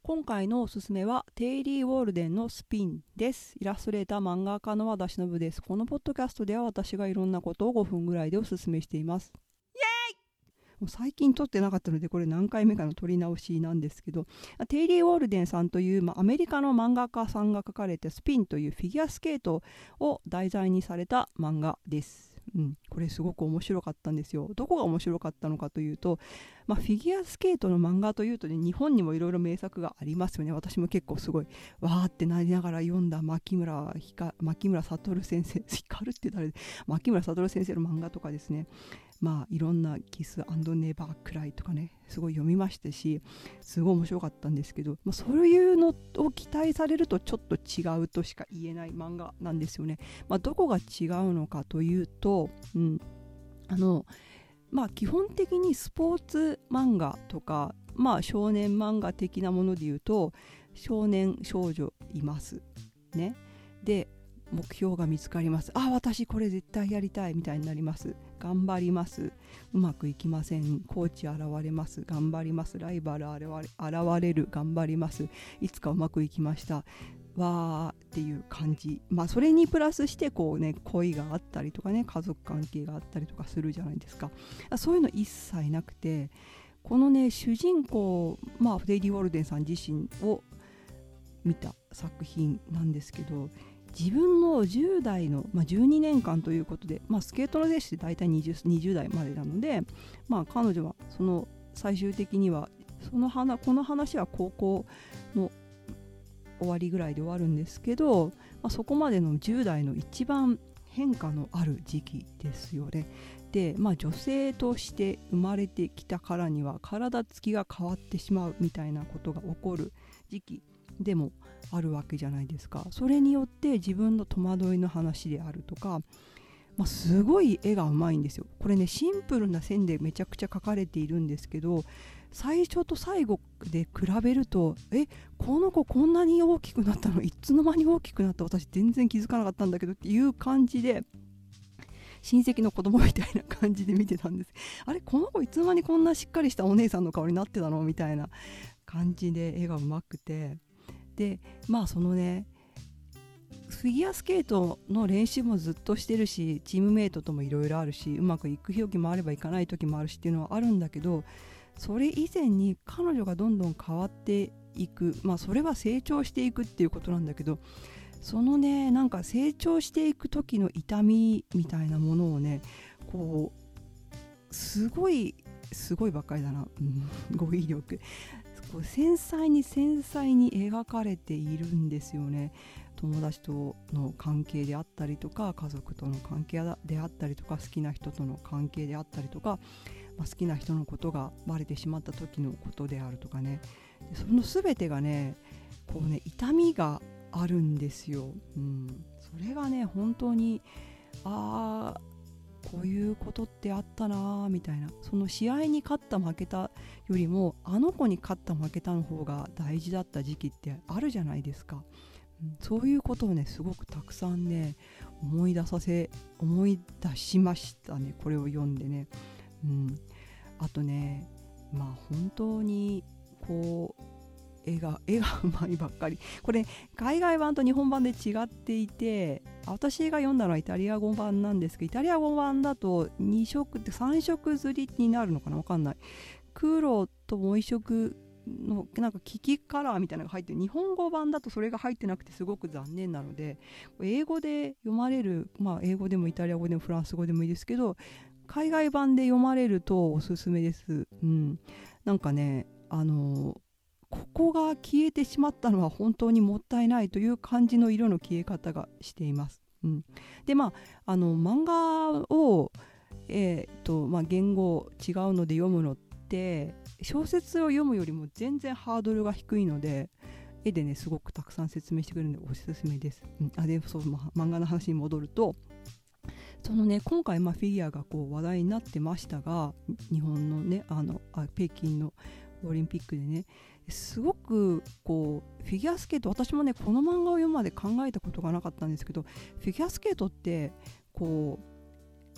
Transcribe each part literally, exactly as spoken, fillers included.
今回のおすすめはテイリー・ウォールデンのスピンです。イラストレーター漫画家の和田忍です。このポッドキャストでは私がいろんなことをごふんぐらいでおすすめしています。イエーイ！もう最近撮ってなかったのでこれ何回目かの撮り直しなんですけど、テイリー・ウォールデンさんという、まあ、アメリカの漫画家さんが描かれたスピンというフィギュアスケートを題材にされた漫画です。うん、これすごく面白かったんですよ。どこが面白かったのかというと、まあ、フィギュアスケートの漫画というとね、日本にもいろいろ名作がありますよね。私も結構すごいわーってなりながら読んだ牧村ひか牧村悟先生光って誰で牧村悟先生の漫画とかですね。まあいろんなキス&ネバークライとかね、すごい読みましたし、すごい面白かったんですけど、まあ、そういうのを期待されるとちょっと違うとしか言えない漫画なんですよね。まあ、どこが違うのかというと、うん、あのまあ基本的にスポーツ漫画とか、まあ少年漫画的なもので言うと、少年少女いますね。で目標が見つかります。あ、私これ絶対やりたいみたいになります。頑張ります。うまくいきません。コーチ現れます。頑張ります。ライバル現れ、現れる。頑張ります。いつかうまくいきました。わーっていう感じ。まあそれにプラスしてこうね、恋があったりとかね、家族関係があったりとかするじゃないですか。そういうの一切なくて、このね主人公、まあデイリー・ウォルデンさん自身を見た作品なんですけど、自分のじゅう代の、まあ、じゅうにねんかんということで、まあ、スケートの選手って大体 20, 20代までなので、まあ、彼女はその最終的にはその話この話は高校の終わりぐらいで終わるんですけど、まあ、そこまでのじゅう代の一番変化のある時期ですよね。で、まあ、女性として生まれてきたからには体つきが変わってしまうみたいなことが起こる時期でもあるわけじゃないですか。それによって自分の戸惑いの話であるとか、まあ、すごい絵がうまいんですよ。これねシンプルな線でめちゃくちゃ描かれているんですけど、最初と最後で比べると、えこの子こんなに大きくなったの、いつの間に大きくなった、私全然気づかなかったんだけどっていう感じで、親戚の子供みたいな感じで見てたんです。あれこの子いつの間にこんなしっかりしたお姉さんの顔になってたのみたいな感じで絵がうまくて、でまあそのねフィギュアスケートの練習もずっとしてるし、チームメイトともいろいろあるし、うまくいく時もあればいかない時もあるしっていうのはあるんだけど、それ以前に彼女がどんどん変わっていく、まあそれは成長していくっていうことなんだけど、そのねなんか成長していく時の痛みみたいなものをね、こうすごいすごいばっかりだな、うん、語彙力、こう繊細に繊細に描かれているんですよね。友達との関係であったりとか、家族との関係であったりとか、好きな人との関係であったりとか、まあ、好きな人のことがバレてしまった時のことであるとかね、でその全てがねこうね痛みがあるんですよ、うん、それがね本当にあーこういうことってあったなみたいな、その試合に勝った負けたよりもあの子に勝った負けたの方が大事だった時期ってあるじゃないですか。そういうことをねすごくたくさんね思い出させ思い出しましたね、これを読んでね、うん、あとねまあ本当にこう絵が絵がうまいばっかり。これ海外版と日本版で違っていて、私が読んだのはイタリア語版なんですけど、イタリア語版だとに色ってさん色刷りになるのかな、わかんない。黒ともう一色のなんかキキカラーみたいなのが入ってる。日本語版だとそれが入ってなくてすごく残念なので、英語で読まれる、まあ英語でもイタリア語でもフランス語でもいいですけど、海外版で読まれるとおすすめです。うん、なんかねあのここが消えてしまったのは本当にもったいないという感じの色の消え方がしています。うん、でまああの漫画をえーとまあ、言語違うので読むのって小説を読むよりも全然ハードルが低いので、絵でねすごくたくさん説明してくれるのでおすすめです。うん、あでそう、まあ、漫画の話に戻ると、そのね今回まあフィギュアがこう話題になってましたが、日本のねあのあ北京のオリンピックでねすごくこうフィギュアスケート、私もねこの漫画を読むまで考えたことがなかったんですけど、フィギュアスケートってこう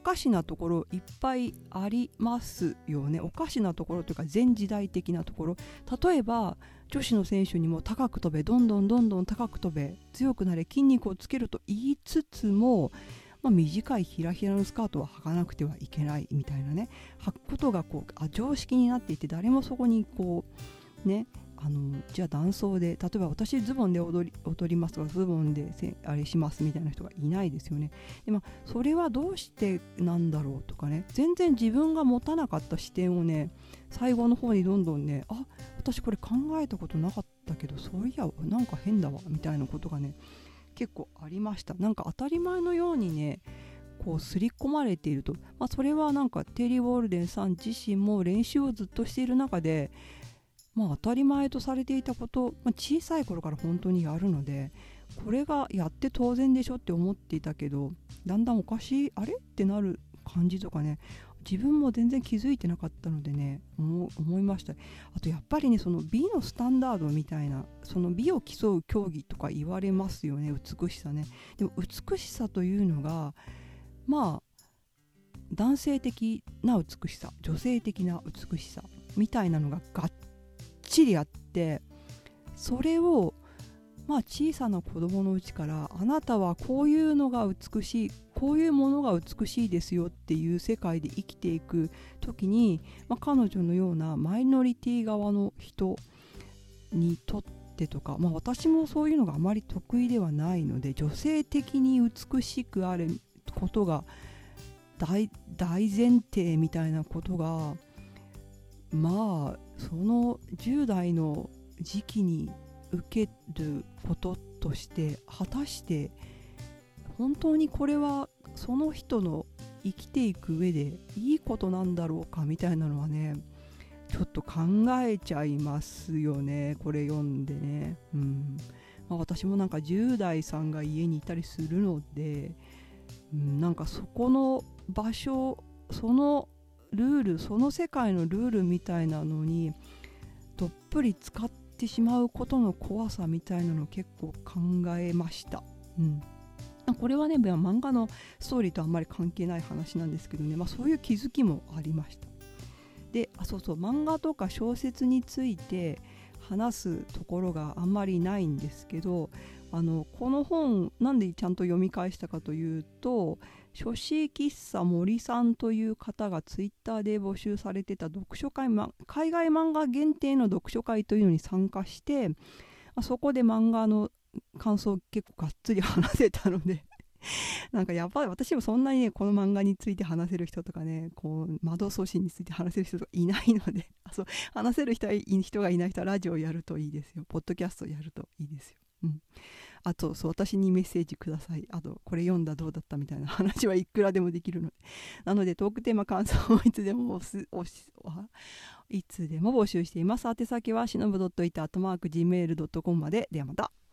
かしなところいっぱいありますよね。おかしなところというか前時代的なところ、例えば女子の選手にも高く飛べ、どんどんどんどん高く飛べ、強くなれ、筋肉をつけると言いつつも、まあ、短いひらひらのスカートは履かなくてはいけないみたいなね、履くことがこうあ常識になっていて、誰もそこにこうね、あのじゃあ男装で、例えば私ズボンで踊り踊りますとか、ズボンでせあれしますみたいな人がいないですよね。で、まあ、それはどうしてなんだろうとかね、全然自分が持たなかった視点をね、最後の方にどんどんね、あ、私これ考えたことなかったけど、そういやなんか変だわみたいなことがね結構ありました。なんか当たり前のようにねこう刷り込まれていると、まあ、それはなんかテリー・ウォールデンさん自身も練習をずっとしている中で、まあ、当たり前とされていたこと、まあ、小さい頃から本当にやるので、これがやって当然でしょって思っていたけど、だんだんおかしいあれってなる感じとかね、自分も全然気づいてなかったのでね、思, 思いました。あとやっぱりね、その美のスタンダードみたいな、その美を競う競技とか言われますよね、美しさね。でも美しさというのがまあ男性的な美しさ、女性的な美しさみたいなのががっちりあって、それをまあ小さな子供のうちから、あなたはこういうのが美しい、こういうものが美しいですよっていう世界で生きていく時に、まあ、彼女のようなマイノリティ側の人にとってとか、まあ、私もそういうのがあまり得意ではないので、女性的に美しくあることが 大, 大前提みたいなことが、まあそのじゅう代の時期に受けることとして、果たして本当にこれはその人の生きていく上でいいことなんだろうかみたいなのはね、ちょっと考えちゃいますよね、これ読んでね。うんまあ、私もなんかじゅう代さんが家にいたりするので、うん、なんかそこの場所、そのルール、その世界のルールみたいなのにどっぷり使ってしまうことの怖さみたいなのを結構考えました。うん、これはね、漫画のストーリーとあんまり関係ない話なんですけどね、まあ、そういう気づきもありました。で、あ、そうそう、漫画とか小説について話すところがあんまりないんですけど、あのこの本なんでちゃんと読み返したかというと、書誌喫茶森さんという方がツイッターで募集されてた読書会、ま、海外漫画限定の読書会というのに参加して、そこで漫画の感想を結構がっつり話せたのでなんかやっぱり私もそんなにね、この漫画について話せる人とかね、こう窓阻止について話せる人とかいないのであ、そう、話せる人はい人がいない人はラジオをやるといいですよ、ポッドキャストをやるといいですよ。うん、あとそう、私にメッセージください。あとこれ読んだどうだったみたいな話はいくらでもできるので、なのでトークテーマ感想をいつでもおすおしいつでも募集しています。宛先はしのぶ .いた アットマーク ジーメール ドットコム まで。ではまた。